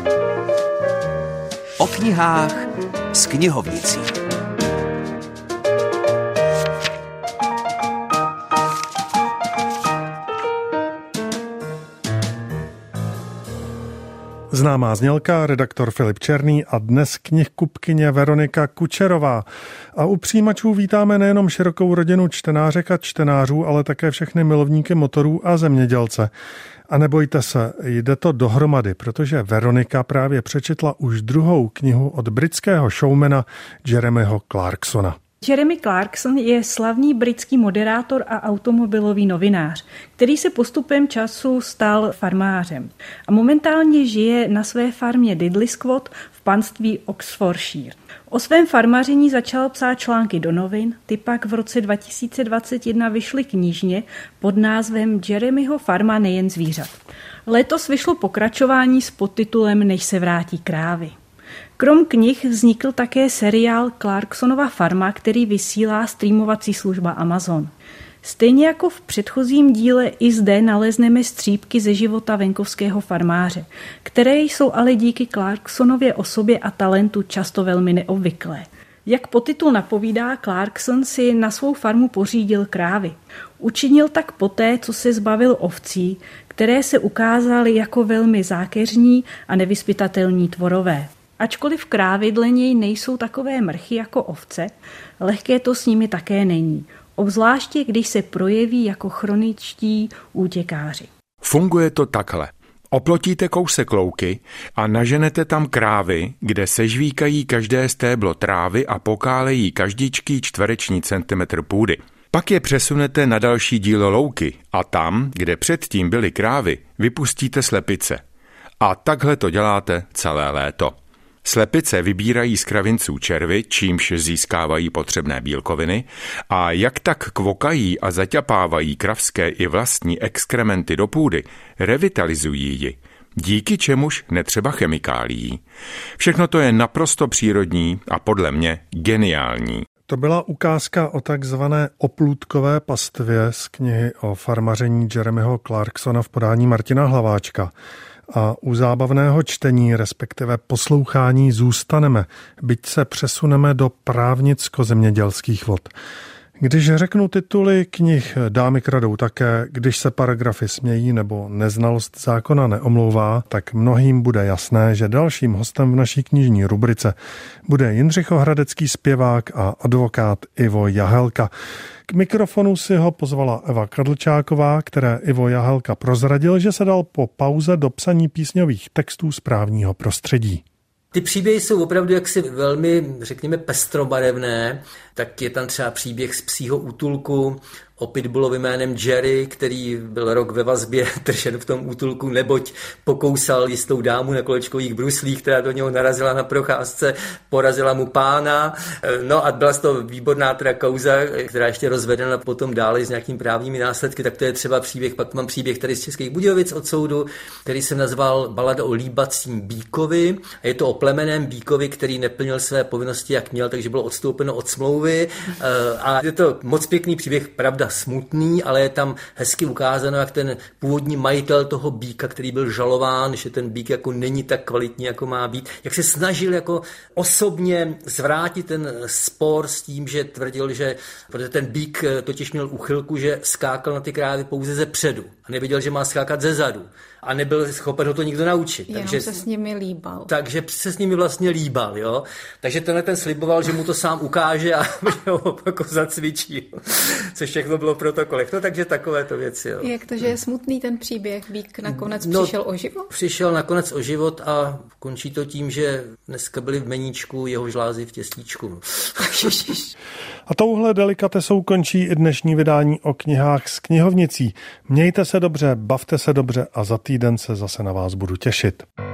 O knihách s knihovnicí. Známá znělka, redaktor Filip Černý a dnes knihkupkyně Veronika Kučerová. A u přijímačů vítáme nejenom širokou rodinu čtenářek a čtenářů, ale také všechny milovníky motorů a zemědělce. A nebojte se, jde to dohromady, protože Veronika právě přečetla už druhou knihu od britského showmana Jeremyho Clarksona. Jeremy Clarkson je slavný britský moderátor a automobilový novinář, který se postupem času stal farmářem. A momentálně žije na své farmě Diddley Squat v panství Oxfordshire. O svém farmaření začal psát články do novin, ty pak v roce 2021 vyšly knižně pod názvem Jeremyho farma nejen zvířat. Letos vyšlo pokračování s podtitulem Než se vrátí krávy. Krom knih vznikl také seriál Clarksonova farma, který vysílá streamovací služba Amazon. Stejně jako v předchozím díle i zde nalezneme střípky ze života venkovského farmáře, které jsou ale díky Clarksonově osobě a talentu často velmi neobvyklé. Jak podtitul napovídá, Clarkson si na svou farmu pořídil krávy. Učinil tak poté, co se zbavil ovcí, které se ukázaly jako velmi zákeřní a nevyzpytatelní tvorové. Ačkoliv krávy dle něj nejsou takové mrchy jako ovce, lehké to s nimi také není, obzvláště když se projeví jako chroničtí útěkáři. Funguje to takhle. Oplotíte kousek louky a naženete tam krávy, kde sežvíkají každé stéblo trávy a pokálejí každičký čtvereční centimetr půdy. Pak je přesunete na další dílo louky a tam, kde předtím byly krávy, vypustíte slepice. A takhle to děláte celé léto. Slepice vybírají z kravinců červy, čímž získávají potřebné bílkoviny, a jak tak kvokají a zaťapávají kravské i vlastní exkrementy do půdy, revitalizují ji, díky čemuž netřeba chemikálií. Všechno to je naprosto přírodní a podle mě geniální. To byla ukázka o takzvané oplůtkové pastvě z knihy o farmaření Jeremyho Clarksona v podání Martina Hlaváčka. A u zábavného čtení, respektive poslouchání, zůstaneme, byť se přesuneme do právnicko-zemědělských vod. Když řeknu tituly knih Dámy kradou také, Když se paragrafy smějí nebo Neznalost zákona neomlouvá, tak mnohým bude jasné, že dalším hostem v naší knižní rubrice bude jindřichohradecký zpěvák a advokát Ivo Jahelka. K mikrofonu si ho pozvala Eva Kadlčáková, které Ivo Jahelka prozradil, že se dal po pauze do psaní písňových textů z právního prostředí. Ty příběhy jsou opravdu jaksi velmi, řekněme, pestrobarevné. Tak je tam třeba příběh z psího útulku o pitbullovi jménem Jerry, který byl rok ve vazbě držen v tom útulku, neboť pokousal jistou dámu na kolečkových bruslích, která do něho narazila na procházce, porazila mu pána. No a byla z toho výborná teda kauza, která ještě rozvedena potom dále s nějakými právními následky, tak to je třeba příběh, pak mám příběh tady z Českých Budějovic od soudu, který jsem nazval Balada o líbacím býkovi. A je to o plemeném býkovi, který neplnil své povinnosti, jak měl, takže bylo odstoupeno od smlouvy. A je to moc pěkný příběh, pravda smutný, ale je tam hezky ukázáno, jak ten původní majitel toho býka, který byl žalován, že ten býk jako není tak kvalitní, jako má být, jak se snažil jako osobně zvrátit ten spor s tím, že tvrdil, že protože ten býk totiž měl úchylku, že skákal na ty krávy pouze ze předu a nevěděl, že má skákat ze zadu. A nebyl schopen ho to nikdo naučit. Takže se s nimi líbal. Takže se s nimi vlastně líbal, jo. Takže tenhle ten sliboval, že mu to sám ukáže a že ho jako zacvičí. Což všechno bylo v protokolech. No takže takovéto věci, jo. Jak to, že je smutný ten příběh? Býk nakonec přišel o život? Přišel nakonec o život a končí to tím, že dneska byli v meníčku jeho žlázy v těstíčku. A touhle delikatesou končí i dnešní vydání o knihách s knihovnicí. Mějte se dobře, bavte se dobře a za týden se zase na vás budu těšit.